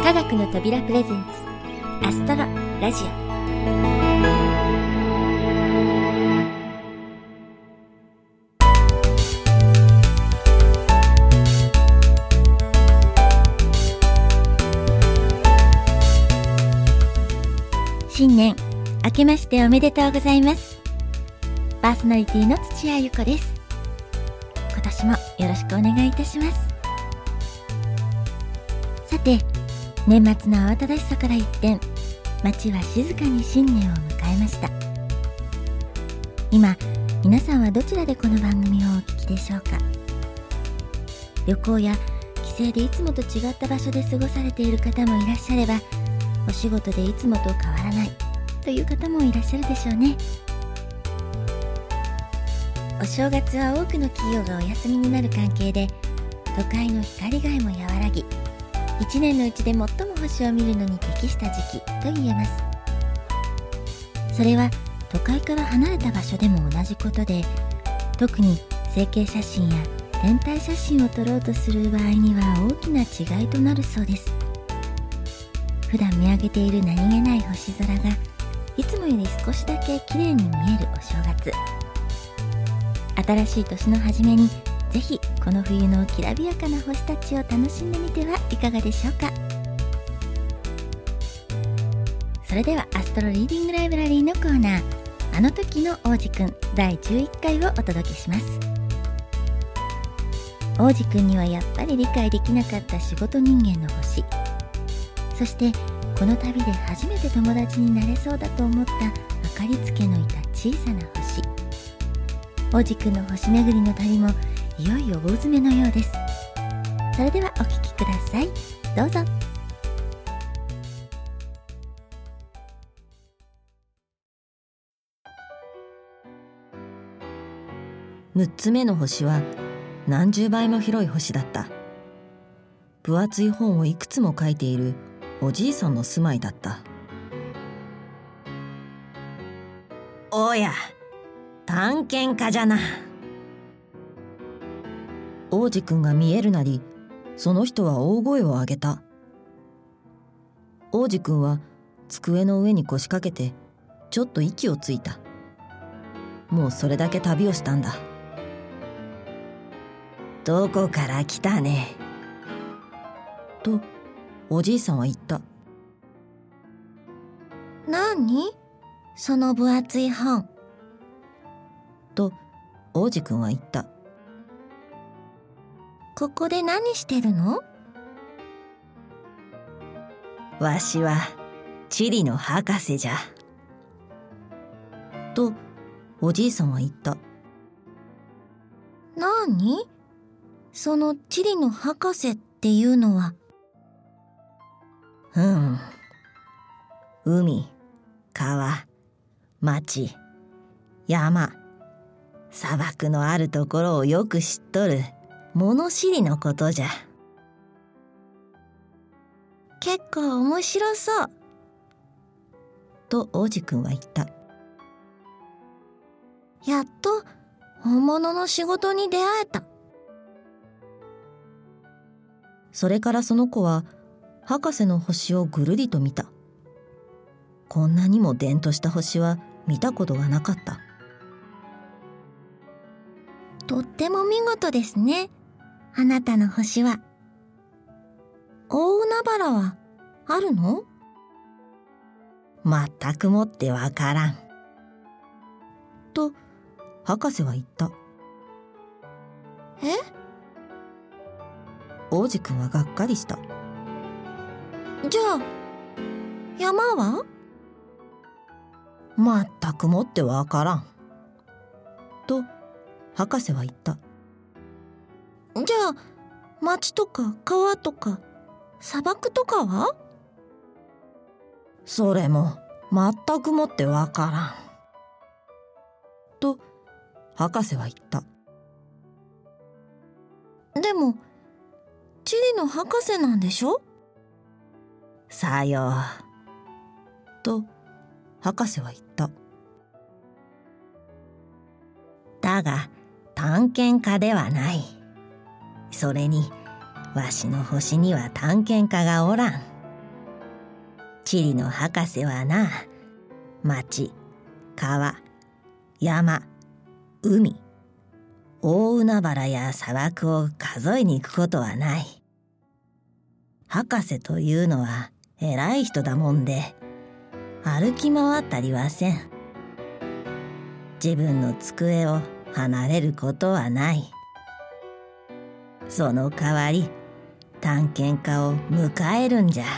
科学の扉プレゼンツアストロラジオ。新年明けましておめでとうございます。パーソナリティの土屋ゆ子です。今年もよろしくお願いいたします。さて、年末の慌ただしさから一転、街は静かに新年を迎えました。今、皆さんはどちらでこの番組をお聞きでしょうか。旅行や帰省でいつもと違った場所で過ごされている方もいらっしゃれば、お仕事でいつもと変わらないという方もいらっしゃるでしょうね。お正月は多くの企業がお休みになる関係で、都会の光害も和らぎ、一年のうちで最も星を見るのに適した時期と言えます。それは都会から離れた場所でも同じことで、特に成形写真や天体写真を撮ろうとする場合には大きな違いとなるそうです。普段見上げている何気ない星空がいつもより少しだけ綺麗に見えるお正月。新しい年の初めにぜひこの冬のきらびやかな星たちを楽しんでみてはいかがでしょうか。それではアストロリーディングライブラリーのコーナー、あの時の王子くん第11回をお届けします。王子くんにはやっぱり理解できなかった仕事人間の星、そしてこの旅で初めて友達になれそうだと思った明かりつけのいた小さな星。王子くんの星巡りの旅もいよいよ大詰めのようです。それではお聞きください。どうぞ。 6つ目の星は何十倍も広い星だった。分厚い本をいくつも書いているおじいさんの住まいだった。おや、探検家じゃな。王子くんが見えるなり、その人は大声を上げた。王子くんは机の上に腰掛けてちょっと息をついた。もうそれだけ旅をしたんだ。どこから来たねとおじいさんは言った。 何？その分厚い本。 と王子くんは言った。 ここで何してるの？ わしは地理の博士じゃ。とおじいさんは言った。 何？その地理の博士っていうのは。 海、川、町、山、砂漠のあるところをよく知っとる物知りのことじゃ。 結構面白そう。 と王子くんは言った。 やっと本物の仕事に出会えた。 それからその子は博士の星をぐるりと見た。こんなにも伝とした星は見たことがなかった。 とっても見事ですね、あなたの星は。大海原はあるの？ 全くもってわからん。と博士は言った。 え？ 王子くんはがっかりした。 じゃあ山は？ 全くもってわからん。と博士は言った。 じゃあ町とか川とか砂漠とかは？ それも全くもってわからん。と博士は言った。 でも地理の博士なんでしょ？ さよう。と博士は言った。だが探検家ではない。それにわしの星には探検家がおらん。 地理の博士はな、町、川、山、海、大海原や砂漠を数えに行くことはない。博士というのは偉い人だもんで、歩き回ったりはせん。自分の机を離れることはない。その代わり、探検家を迎えるんじゃ。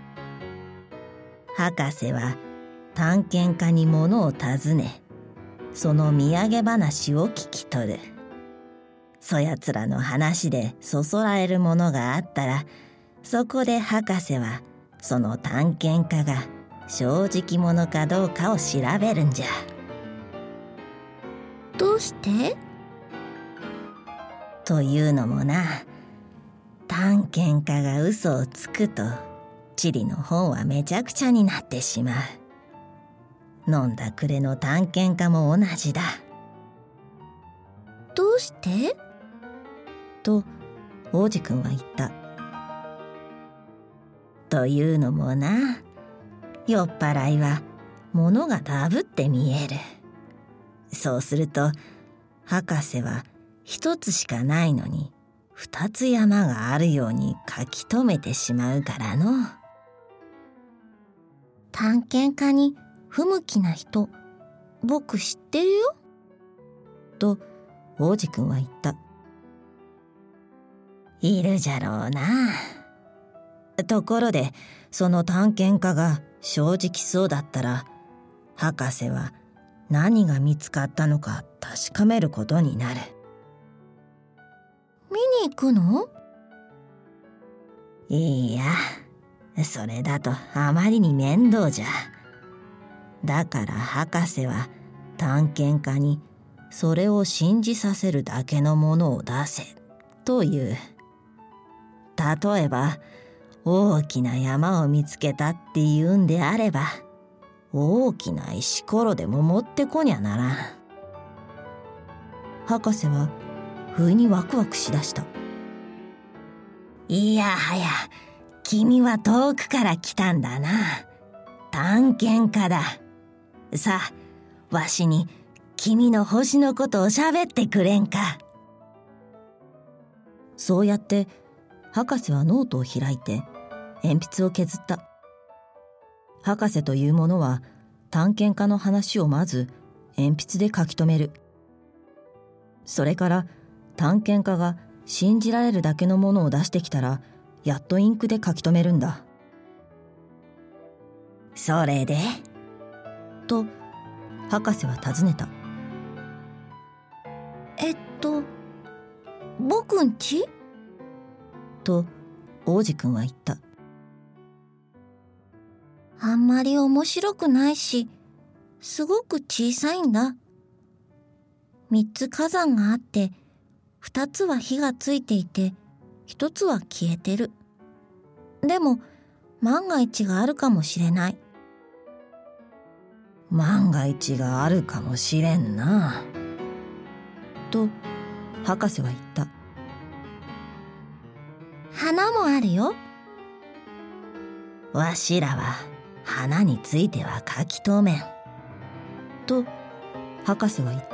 博士は探検家に物を尋ね、その土産話を聞き取る。そやつらの話でそそられるものがあったら、そこで博士はその探検家が正直者かどうかを調べるんじゃ。 どうして？ というのもな、探検家が嘘をつくと、地理の本はめちゃくちゃになってしまう。飲んだくれの探検家も同じだ。 どうして？ と王子くんは言った。というのもな、酔っ払いは物がダブって見える。そうすると博士は一つしかないのに二つ山があるように書き留めてしまうからの。 探検家に不向きな人、僕知ってるよ。 と王子くんは言った。いるじゃろうな。ところでその探検家が正直そうだったら、博士は何が見つかったのか確かめることになる。 見に行くの？ いいや、それだとあまりに面倒じゃ。だから博士は探検家にそれを信じさせるだけのものを出せという。例えば大きな山を見つけたっていうんであれば、大きな石ころでも持ってこにゃならん。博士は不意にワクワクしだした。いやはや、君は遠くから来たんだな。探検家だ。さあ、わしに君の星のことを喋ってくれんか。そうやって博士はノートを開いて鉛筆を削った。博士というものは探検家の話をまず鉛筆で書き留める。それから探検家が信じられるだけのものを出してきたら、やっとインクで書き留めるんだ。それで？と博士は尋ねた。 僕んち？ と王子くんは言った。 あんまり面白くないし、すごく小さいんだ。3つ火山があって、2つは火がついていて、1つは消えてる。でも万が一があるかもしれない。 万が一があるかもしれんな。と博士は言った。 花もあるよ。 わしらは花については書き留めん。と博士は言った。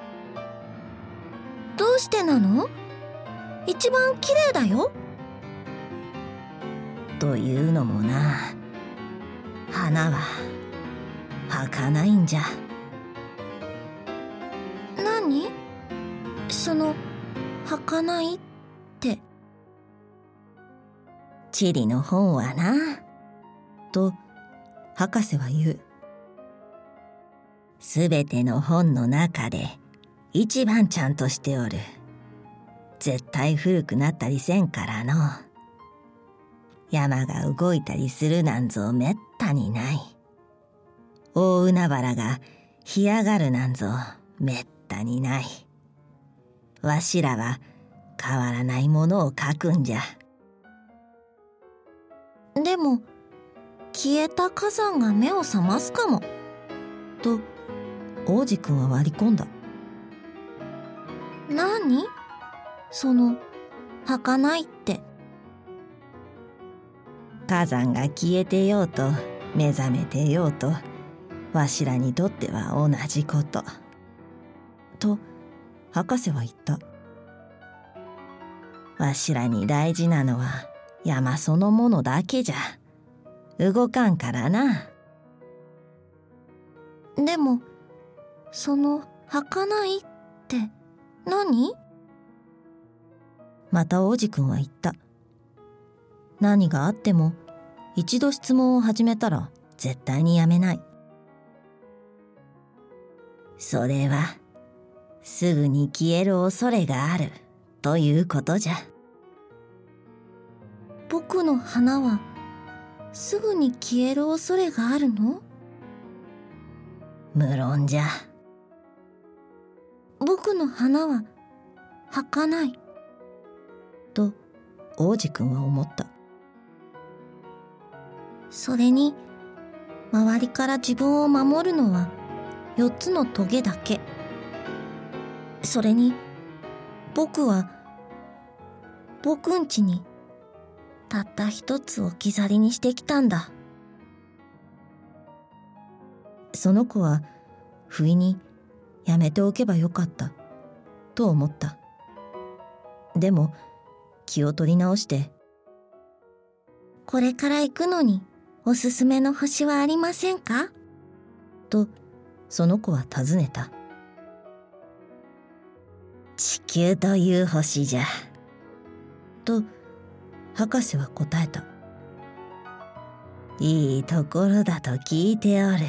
どうしてなの？一番綺麗だよ。 というのもな、花は儚いんじゃ。 何？その儚いって。 地理の本はな、と博士は言う。すべての本の中で一番ちゃんとしておる。絶対古くなったりせんからの。山が動いたりするなんぞめったにない。大海原が干上がるなんぞめったにない。わしらは変わらないものを書くんじゃ。 でも消えた火山が目を覚ますかも。 と王子くんは割り込んだ。 何？その儚いって。 火山が消えてようと目覚めてようと、わしらにとっては同じこと。と博士は言った。わしらに大事なのは山そのものだけじゃ。動かんからな。 でも、その儚いって何？ また王子くんは言った。何があっても一度質問を始めたら絶対にやめない。それはすぐに消える恐れがあるということじゃ。 僕の花はすぐに消える恐れがあるの？ 無論じゃ。 僕の花は儚いと王子くんは思った。 それに周りから自分を守るのは4つのトゲだけ。それに僕は僕んちにたった1つ置き去りにしてきたんだ。 その子は不意にやめておけばよかったと思った。でも気を取り直して、 これから行くのにおすすめの星はありませんか？ とその子は尋ねた。地球という星じゃ。と博士は答えた。いいところだと聞いておる。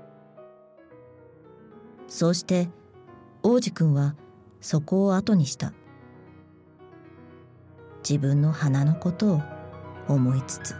そうして王子くんはそこを後にした。自分の花のことを思いつつ。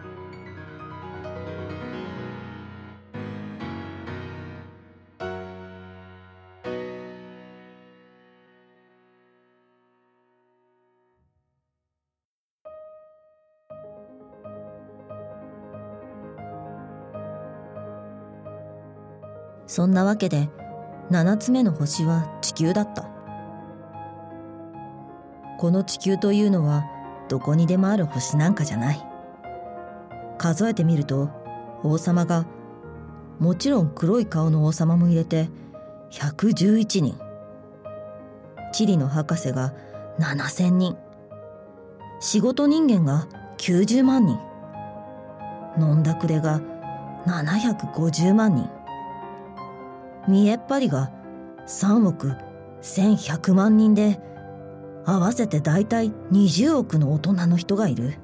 そんなわけで7つ目の星は地球だった。この地球というのはどこにでもある星なんかじゃない。数えてみると王様が、もちろん黒い顔の王様も入れて111人、地理の博士が7000人、仕事人間が90万人、飲んだくれが750万人、見えっ張りが3億1100万人で、合わせてだいたい20億の大人の人がいる。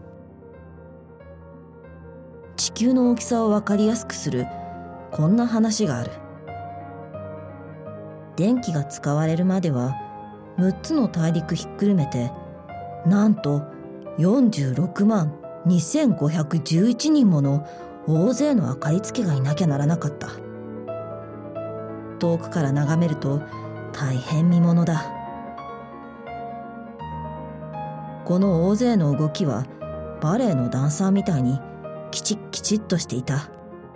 地球の大きさを分かりやすくするこんな話がある。電気が使われるまでは6つの大陸ひっくるめて、なんと46万2511人もの大勢の明かりつけがいなきゃならなかった。遠くから眺めると大変見ものだ。この大勢の動きはバレエのダンサーみたいにきちっきちっとしていた。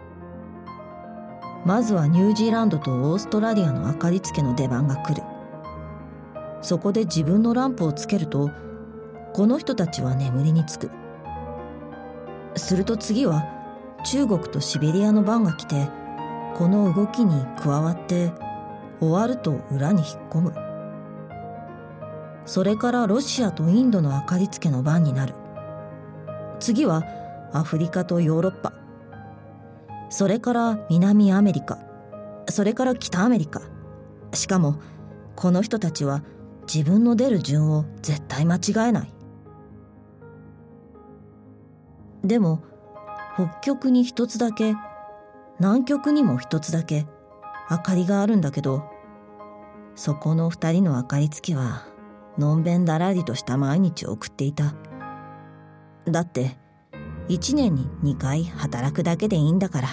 まずはニュージーランドとオーストラリアの明かりつけの出番が来る。そこで自分のランプをつけると、この人たちは眠りにつく。すると次は中国とシベリアの番が来て、この動きに加わって終わると裏に引っ込む。それからロシアとインドの明かりつけの番になる。次はアフリカとヨーロッパ、それから南アメリカ、それから北アメリカ。しかもこの人たちは自分の出る順を絶対間違えない。でも北極に一つだけ、南極にも一つだけ明かりがあるんだけど、そこの2人の明かりつけはのんべんだらりとした毎日を送っていた。だって1年に2回働くだけでいいんだから。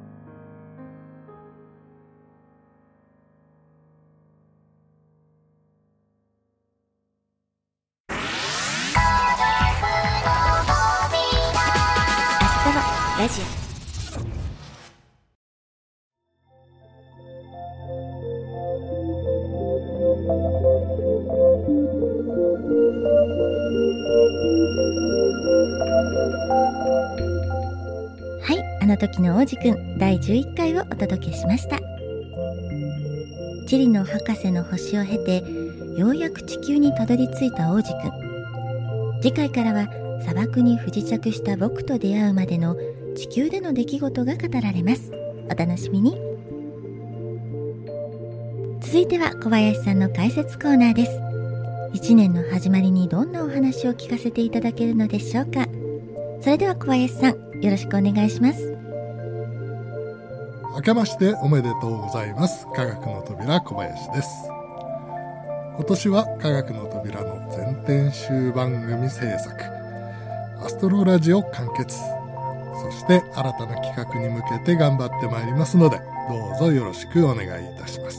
明日のラジオ。 の時の王子くん第11回をお届けしました。地理の博士の星を経てようやく地球にたどり着いた王子くん。次回からは砂漠に不時着した僕と出会うまでの地球での出来事が語られます。お楽しみに。続いては小林さんの解説コーナーです。1年の始まりにどんなお話を聞かせていただけるのでしょうか。それでは小林さん、よろしくお願いします。 明けましておめでとうございます。科学の扉小林です。今年は科学の扉の全編集番組制作、アストロラジオ完結、そして新たな企画に向けて頑張ってまいりますので、どうぞよろしくお願いいたします。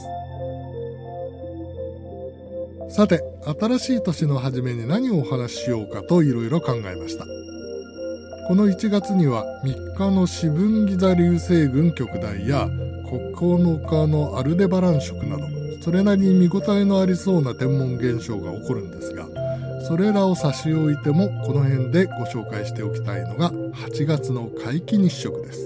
さて、新しい年の初めに何をお話ししようかといろいろ考えました。この1月には3日の四分ギザ流星群極大や9日のアルデバラン食など、それなりに見応えのありそうな天文現象が起こるんですが、それらを差し置いてもこの辺でご紹介しておきたいのが8月の皆既日食です。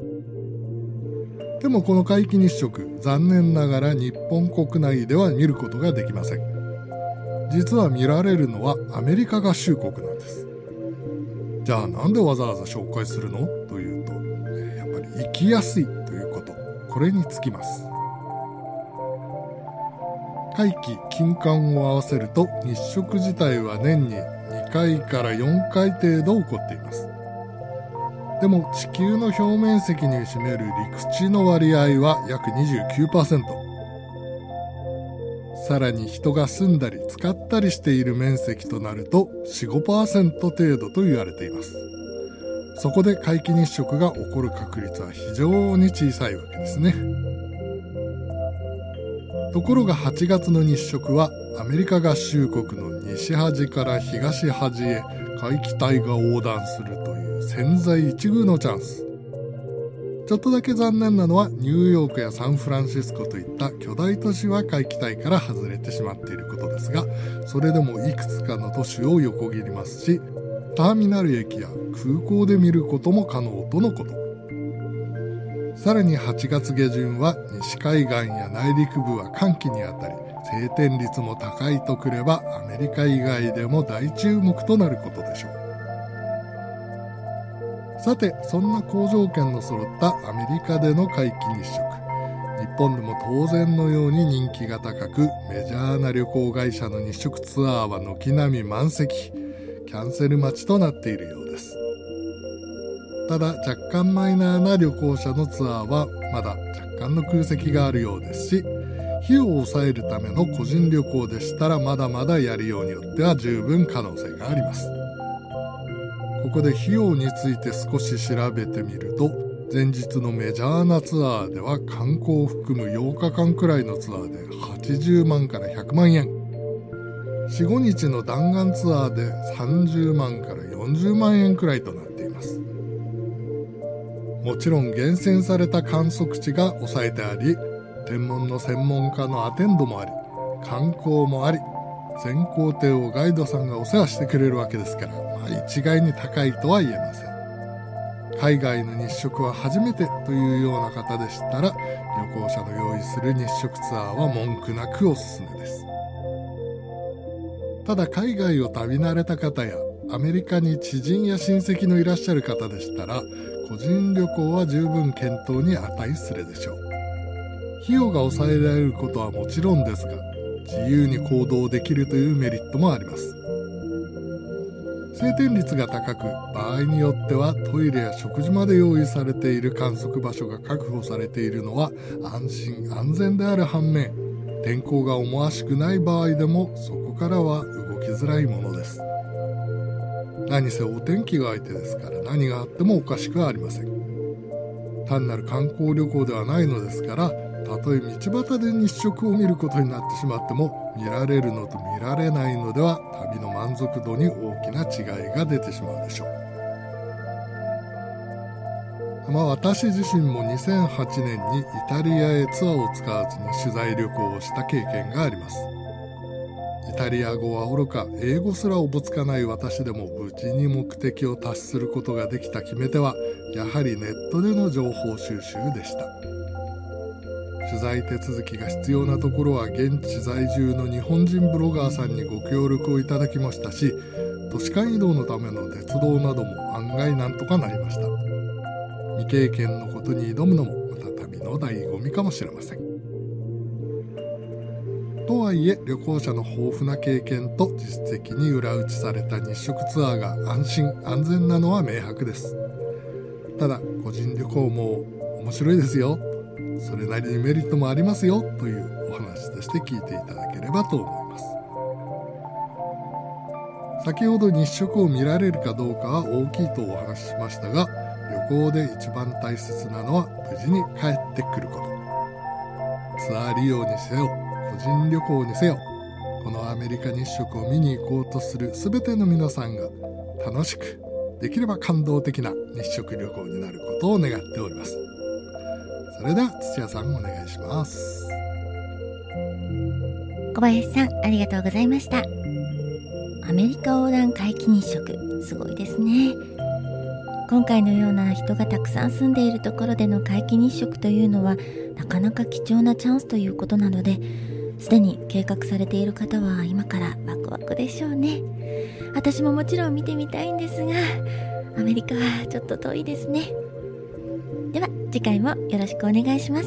でもこの皆既日食、残念ながら日本国内では見ることができません。実は見られるのはアメリカ合衆国なんです。じゃあなんでわざわざ紹介するのというと、やっぱり行きやすいということ、これにつきます。皆既金環を合わせると日食自体は年に2回から4回程度起こっています。でも地球の表面積に占める陸地の割合は約 29%。さらに人が住んだり使ったりしている面積となると 4-5% 程度と言われています。そこで皆既日食が起こる確率は非常に小さいわけですね。ところが8月の日食はアメリカ合衆国の西端から東端へ皆既帯が横断するという千載一遇のチャンス。ちょっとだけ残念なのはニューヨークやサンフランシスコといった巨大都市は皆既帯から外れてしまっていることですが、それでもいくつかの都市を横切りますし、ターミナル駅や空港で見ることも可能とのこと。さらに8月下旬は西海岸や内陸部は寒気にあたり、晴天率も高いとくればアメリカ以外でも大注目となることでしょう。さて、そんな好条件の揃ったアメリカでの皆既日食、日本でも当然のように人気が高く、メジャーな旅行会社の日食ツアーは軒並み満席、キャンセル待ちとなっているようです。ただ若干マイナーな旅行者のツアーはまだ若干の空席があるようですし、費用を抑えるための個人旅行でしたらまだまだやりようによっては十分可能性があります。ここで費用について少し調べてみると、前日のメジャーなツアーでは観光を含む8日間くらいのツアーで80万から100万円、4、5日の弾丸ツアーで30万から40万円くらいとなっています。もちろん厳選された観測地が抑えてあり、天文の専門家のアテンドもあり、観光もあり、全行程をガイドさんがお世話してくれるわけですから、一概に高いとは言えません。海外の日食は初めてというような方でしたら、旅行者の用意する日食ツアーは文句なくおすすめです。ただ海外を旅慣れた方やアメリカに知人や親戚のいらっしゃる方でしたら、個人旅行は十分検討に値するでしょう。費用が抑えられることはもちろんですが、自由に行動できるというメリットもあります。晴天率が高く、場合によってはトイレや食事まで用意されている観測場所が確保されているのは安心安全である反面、天候が思わしくない場合でもそこからは動きづらいものです。何せお天気が相手ですから、何があってもおかしくはありません。単なる観光旅行ではないのですから、たとえ道端で日食を見ることになってしまっても、見られるのと見られないのでは旅の満足度に大きな違いが出てしまうでしょう。私自身も2008年にイタリアへツアーを使わずに取材旅行をした経験があります。イタリア語はおろか英語すらおぼつかない私でも無事に目的を達することができた決め手はやはりネットでの情報収集でした。取材手続きが必要なところは現地在住の日本人ブロガーさんにご協力をいただきましたし、都市間移動のための鉄道なども案外なんとかなりました。未経験のことに挑むのもまた旅の醍醐味かもしれません。とはいえ旅行者の豊富な経験と実績に裏打ちされた日食ツアーが安心安全なのは明白です。ただ個人旅行も面白いですよ、それなりにメリットもありますよというお話として聞いていただければと思います。先ほど日食を見られるかどうかは大きいとお話ししましたが、旅行で一番大切なのは無事に帰ってくること。ツアー利用にせよ個人旅行にせよ、このアメリカ日食を見に行こうとするすべての皆さんが楽しく、できれば感動的な日食旅行になることを願っております。それでは土屋さんお願いします。 小林さんありがとうございました。アメリカ横断皆既日食、すごいですね。今回のような人がたくさん住んでいるところでの皆既日食というのはなかなか貴重なチャンスということなので、すでに計画されている方は今からワクワクでしょうね。私ももちろん見てみたいんですが、アメリカはちょっと遠いですね。では次回もよろしくお願いします。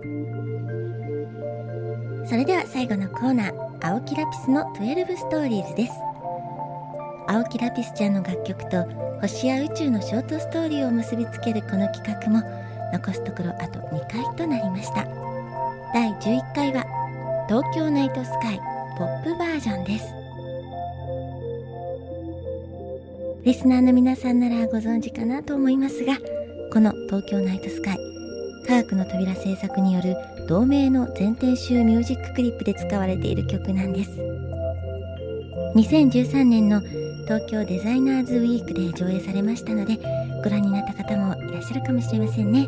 それでは最後のコーナー、青木ラピスの12ストーリーズです。青木ラピスちゃんの楽曲と星や宇宙のショートストーリーを結びつけるこの企画も残すところあと2回となりました。第11回は東京ナイトスカイポップバージョンです。リスナーの皆さんならご存知かなと思いますが、この東京ナイトスカイ、科学の扉制作による同名の全編集ミュージッククリップで使われている曲なんです。2013年の東京デザイナーズウィークで上映されましたので、ご覧になった方もいらっしゃるかもしれませんね。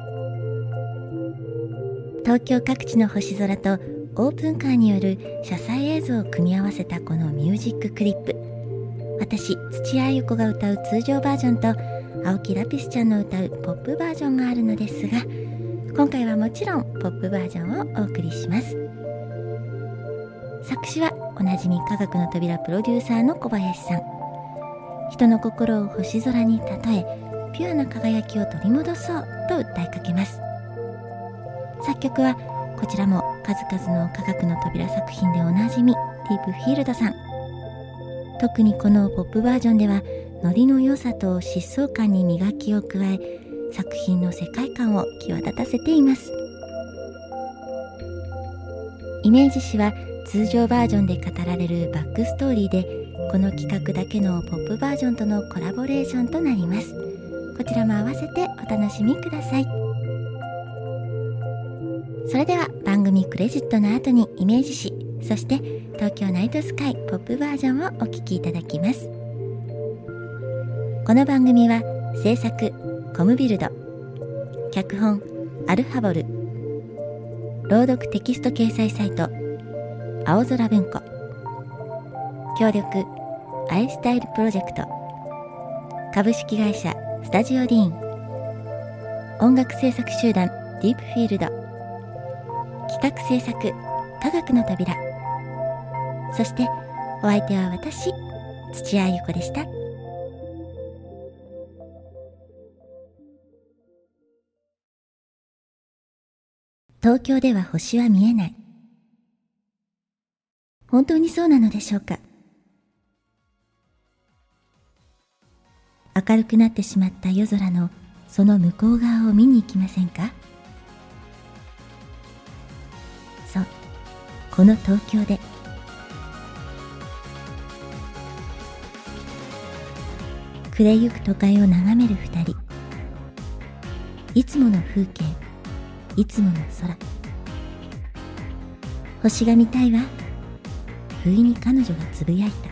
東京各地の星空とオープンカーによる車載映像を組み合わせたこのミュージッククリップ、私土屋あゆ子が歌う通常バージョンと青木ラピスちゃんの歌うポップバージョンがあるのですが、今回はもちろんポップバージョンをお送りします。作詞はおなじみ科学の扉プロデューサーの小林さん。人の心を星空に例え、ピュアな輝きを取り戻そうと訴えかけます。作曲はこちらも数々の科学の扉作品でおなじみディープフィールドさん。特にこのポップバージョンではノリの良さと疾走感に磨きを加え、作品の世界観を際立たせています。イメージ詩は通常バージョンで語られるバックストーリーで、この企画だけのポップバージョンとのコラボレーションとなります。こちらも合わせてお楽しみください。それでは番組クレジットの後にイメージ詩、そして東京ナイトスカイポップバージョンをお聴きいただきます。この番組は制作コムビルド、脚本アルファボル、朗読テキスト掲載サイト青空文庫、協力アイスタイルプロジェクト、株式会社スタジオディーン、音楽制作集団ディープフィールド、企画制作科学の扉、そしてお相手は私土屋あゆ子でした。東京では星は見えない。本当にそうなのでしょうか。明るくなってしまった夜空のその向こう側を見に行きませんか。そう、この東京で暮れゆく都会を眺める二人。いつもの風景、いつもの空。星が見たいわ。不意に彼女がつぶやいた。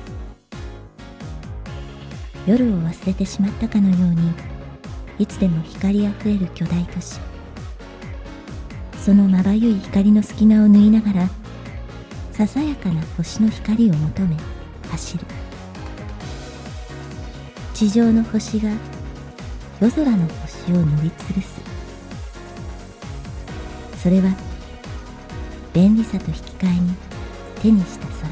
夜を忘れてしまったかのように、いつでも光あふれる巨大都市。そのまばゆい光の隙間を縫いながら、 ささやかな星の光を求め走る。地上の星が夜空の星を塗りつぶす。それは便利さと引き換えに手にした空。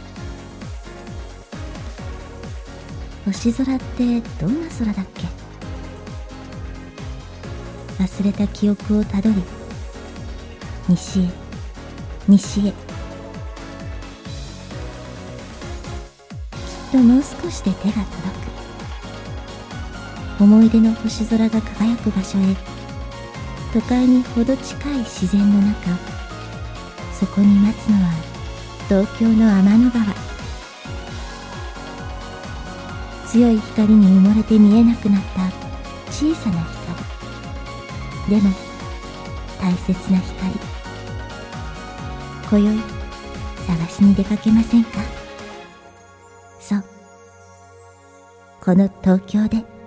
星空ってどんな空だっけ。忘れた記憶をたどり、西へ西へ。きっともう少しで手が届く。思い出の星空が輝く場所へ。都会にほど近い自然の中、そこに待つのは東京の天の川。強い光に埋もれて見えなくなった小さな光。でも大切な光。今宵探しに出かけませんか。そう、この東京で。